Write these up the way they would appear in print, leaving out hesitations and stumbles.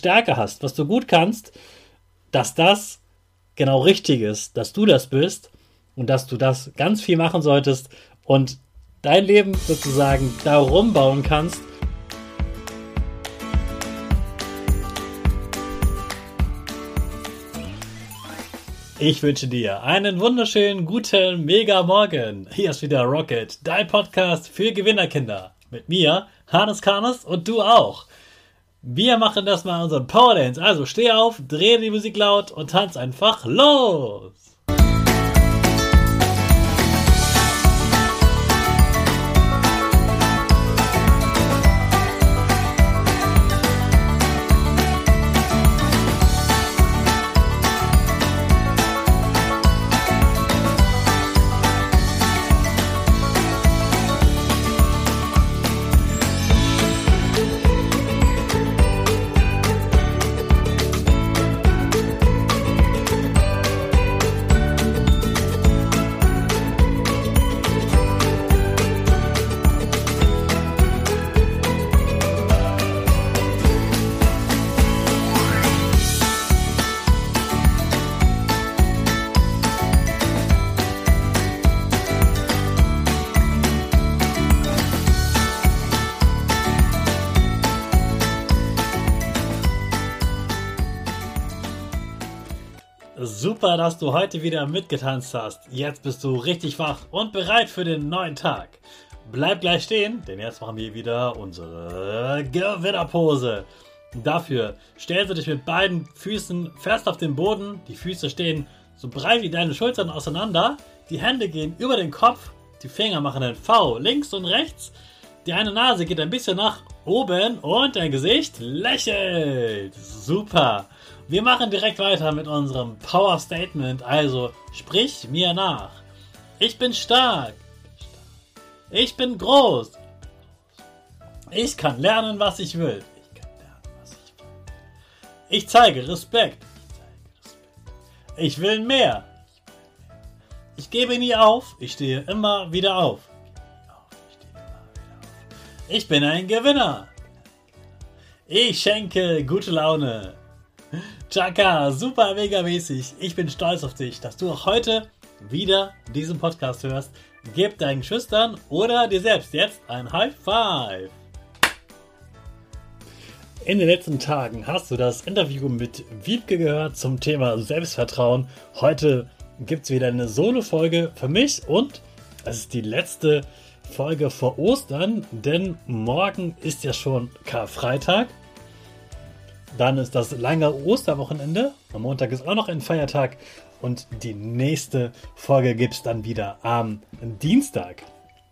Stärke hast, was du gut kannst, dass das genau richtig ist, dass du das bist und dass du das ganz viel machen solltest und dein Leben sozusagen darum bauen kannst. Ich wünsche dir einen wunderschönen, guten, mega Morgen. Hier ist wieder Rocket, dein Podcast für Gewinnerkinder. Mit mir, Hannes Karnes und du auch. Wir machen das mal unseren Power Dance. Also steh auf, dreh die Musik laut und tanz einfach los. Super, dass du heute wieder mitgetanzt hast. Jetzt bist du richtig wach und bereit für den neuen Tag. Bleib gleich stehen, denn jetzt machen wir wieder unsere Gewinnerpose. Dafür stellst du dich mit beiden Füßen fest auf den Boden. Die Füße stehen so breit wie deine Schultern auseinander. Die Hände gehen über den Kopf. Die Finger machen ein V links und rechts. Die eine Nase geht ein bisschen nach oben und dein Gesicht lächelt. Super. Wir machen direkt weiter mit unserem Power Statement, also sprich mir nach. Ich bin stark. Ich bin groß. Ich kann lernen, was ich will. Ich zeige Respekt. Ich will mehr. Ich gebe nie auf. Ich stehe immer wieder auf. Ich bin ein Gewinner. Ich schenke gute Laune. Chaka, super mega mäßig. Ich bin stolz auf dich, dass du auch heute wieder diesen Podcast hörst. Gib deinen Geschwistern oder dir selbst jetzt ein High Five. In den letzten Tagen hast du das Interview mit Wiebke gehört zum Thema Selbstvertrauen. Heute gibt es wieder eine Solo-Folge für mich und es ist die letzte Folge vor Ostern, denn morgen ist ja schon Karfreitag. Dann ist das lange Osterwochenende. Am Montag ist auch noch ein Feiertag. Und die nächste Folge gibt es dann wieder am Dienstag.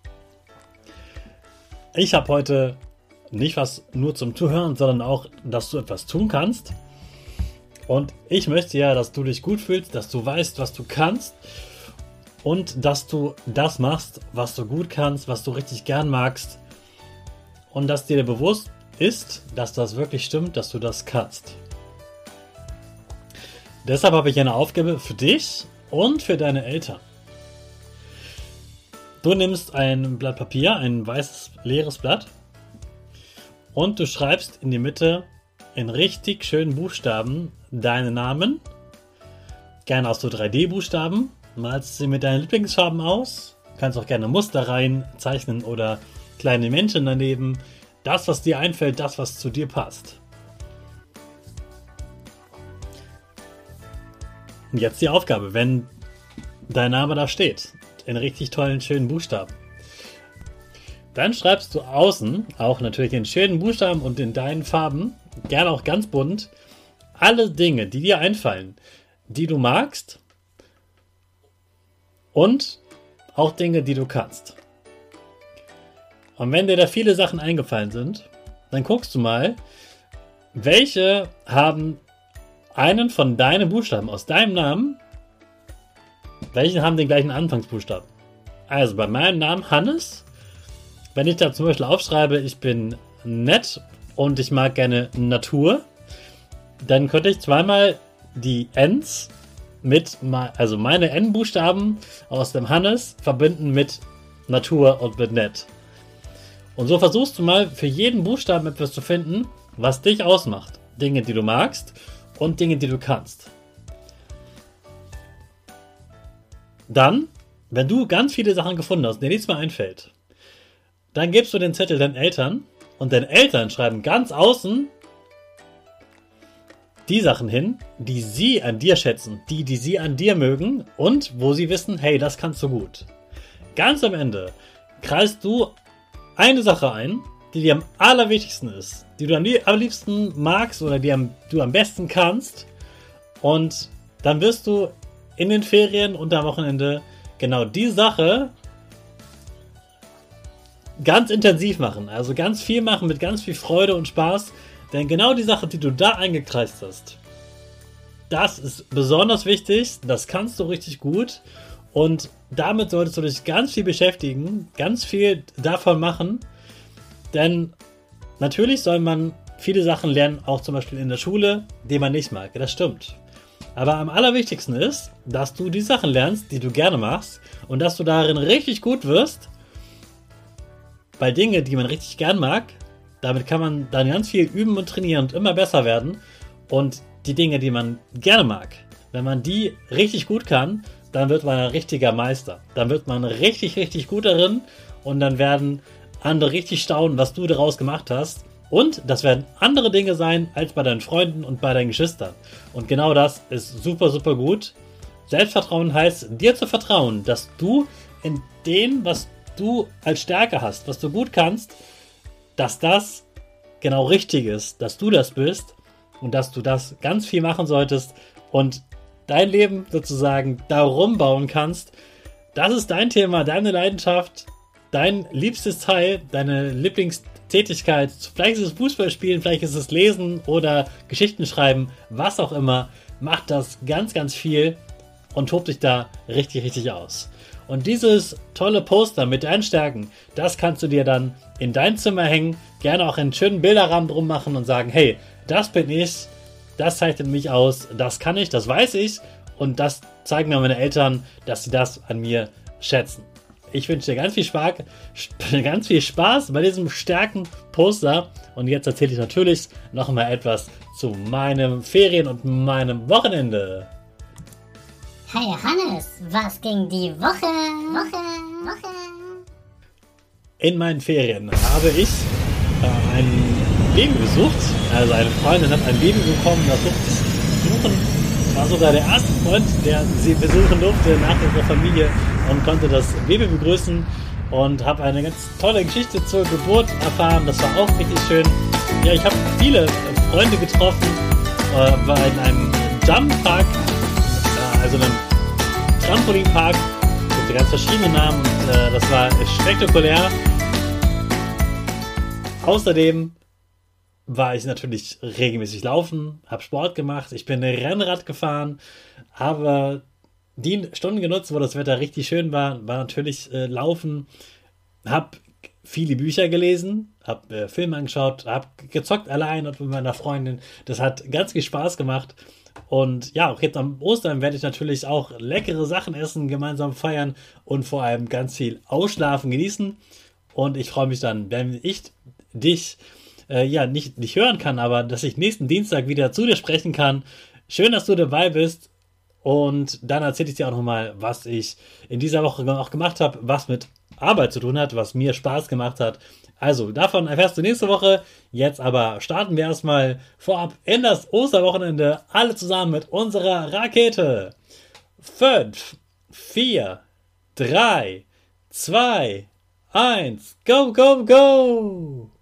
Ich habe heute nicht was nur zum Zuhören, sondern auch, dass du etwas tun kannst. Und ich möchte ja, dass du dich gut fühlst, dass du weißt, was du kannst. Und dass du das machst, was du gut kannst, was du richtig gern magst. Und dass dir bewusst ist, dass das wirklich stimmt, dass du das kannst. Deshalb habe ich eine Aufgabe für dich und für deine Eltern. Du nimmst ein Blatt Papier, ein weißes, leeres Blatt und du schreibst in die Mitte in richtig schönen Buchstaben deinen Namen, gerne aus so 3D-Buchstaben, malst sie mit deinen Lieblingsfarben aus, kannst auch gerne Muster reinzeichnen oder kleine Männchen daneben. Das, was dir einfällt, das, was zu dir passt. Und jetzt die Aufgabe, wenn dein Name da steht, in richtig tollen, schönen Buchstaben, dann schreibst du außen, auch natürlich in schönen Buchstaben und in deinen Farben, gerne auch ganz bunt, alle Dinge, die dir einfallen, die du magst und auch Dinge, die du kannst. Und wenn dir da viele Sachen eingefallen sind, dann guckst du mal, welche haben einen von deinen Buchstaben aus deinem Namen, welche haben den gleichen Anfangsbuchstaben. Also bei meinem Namen Hannes, wenn ich da zum Beispiel aufschreibe, ich bin nett und ich mag gerne Natur, dann könnte ich zweimal die N's also meine N-Buchstaben aus dem Hannes verbinden mit Natur und mit nett. Und so versuchst du mal für jeden Buchstaben etwas zu finden, was dich ausmacht, Dinge, die du magst und Dinge, die du kannst. Dann, wenn du ganz viele Sachen gefunden hast, dir nichts mehr einfällt, dann gibst du den Zettel deinen Eltern und deine Eltern schreiben ganz außen die Sachen hin, die sie an dir schätzen, die sie an dir mögen und wo sie wissen, hey, das kannst du gut. Ganz am Ende kreist du eine Sache ein, die dir am allerwichtigsten ist, die du am liebsten magst oder die du am besten kannst, und dann wirst du in den Ferien und am Wochenende genau die Sache ganz intensiv machen, also ganz viel machen mit ganz viel Freude und Spaß, denn genau die Sache, die du da eingekreist hast, das ist besonders wichtig, das kannst du richtig gut und damit solltest du dich ganz viel beschäftigen, ganz viel davon machen, denn natürlich soll man viele Sachen lernen, auch zum Beispiel in der Schule, die man nicht mag, das stimmt. Aber am allerwichtigsten ist, dass du die Sachen lernst, die du gerne machst und dass du darin richtig gut wirst. Bei Dingen, die man richtig gern mag, damit kann man dann ganz viel üben und trainieren und immer besser werden. Und die Dinge, die man gerne mag, wenn man die richtig gut kann, dann wird man ein richtiger Meister. Dann wird man richtig, richtig gut darin und dann werden andere richtig staunen, was du daraus gemacht hast. Und das werden andere Dinge sein als bei deinen Freunden und bei deinen Geschwistern. Und genau das ist super, super gut. Selbstvertrauen heißt, dir zu vertrauen, dass du in dem, was du als Stärke hast, was du gut kannst, dass das genau richtig ist, dass du das bist und dass du das ganz viel machen solltest und dein Leben sozusagen darum bauen kannst. Das ist dein Thema, deine Leidenschaft, dein liebstes Teil, deine Lieblingstätigkeit. Vielleicht ist es Fußball spielen, vielleicht ist es Lesen oder Geschichten schreiben, was auch immer. Mach das ganz, ganz viel und tob dich da richtig, richtig aus. Und dieses tolle Poster mit deinen Stärken, das kannst du dir dann in dein Zimmer hängen, gerne auch einen schönen Bilderrahmen drum machen und sagen, hey, das bin ich, das zeichnet mich aus, das kann ich, das weiß ich und das zeigen mir meine Eltern, dass sie das an mir schätzen. Ich wünsche dir ganz viel Spaß bei diesem Stärken-Poster und jetzt erzähle ich natürlich noch mal etwas zu meinem Ferien- und meinem Wochenende. Hey Hannes, was ging die Woche? In meinen Ferien habe ich ein Baby besucht. Also eine Freundin hat ein Baby bekommen, das durfte ich besuchen. War sogar der erste Freund, der sie besuchen durfte nach ihrer Familie und konnte das Baby begrüßen und habe eine ganz tolle Geschichte zur Geburt erfahren. Das war auch richtig schön. Ja, ich habe viele Freunde getroffen, war in einem Jumppark, also einem Trampolinpark, gibt ganz verschiedene Namen und das war spektakulär. Außerdem war ich natürlich regelmäßig laufen, habe Sport gemacht, ich bin Rennrad gefahren, habe die Stunden genutzt, wo das Wetter richtig schön war natürlich laufen, habe viele Bücher gelesen, habe Filme angeschaut, habe gezockt allein und mit meiner Freundin. Das hat ganz viel Spaß gemacht. Und ja, auch jetzt am Ostern werde ich natürlich auch leckere Sachen essen, gemeinsam feiern und vor allem ganz viel ausschlafen, genießen. Und ich freue mich dann, wenn ich dich nicht hören kann, aber dass ich nächsten Dienstag wieder zu dir sprechen kann. Schön, dass du dabei bist. Und dann erzähle ich dir auch nochmal, was ich in dieser Woche auch gemacht habe, was mit Arbeit zu tun hat, was mir Spaß gemacht hat. Also, davon erfährst du nächste Woche. Jetzt aber starten wir erstmal vorab in das Osterwochenende. Alle zusammen mit unserer Rakete. 5, 4, 3, 2, 1, go, go, go!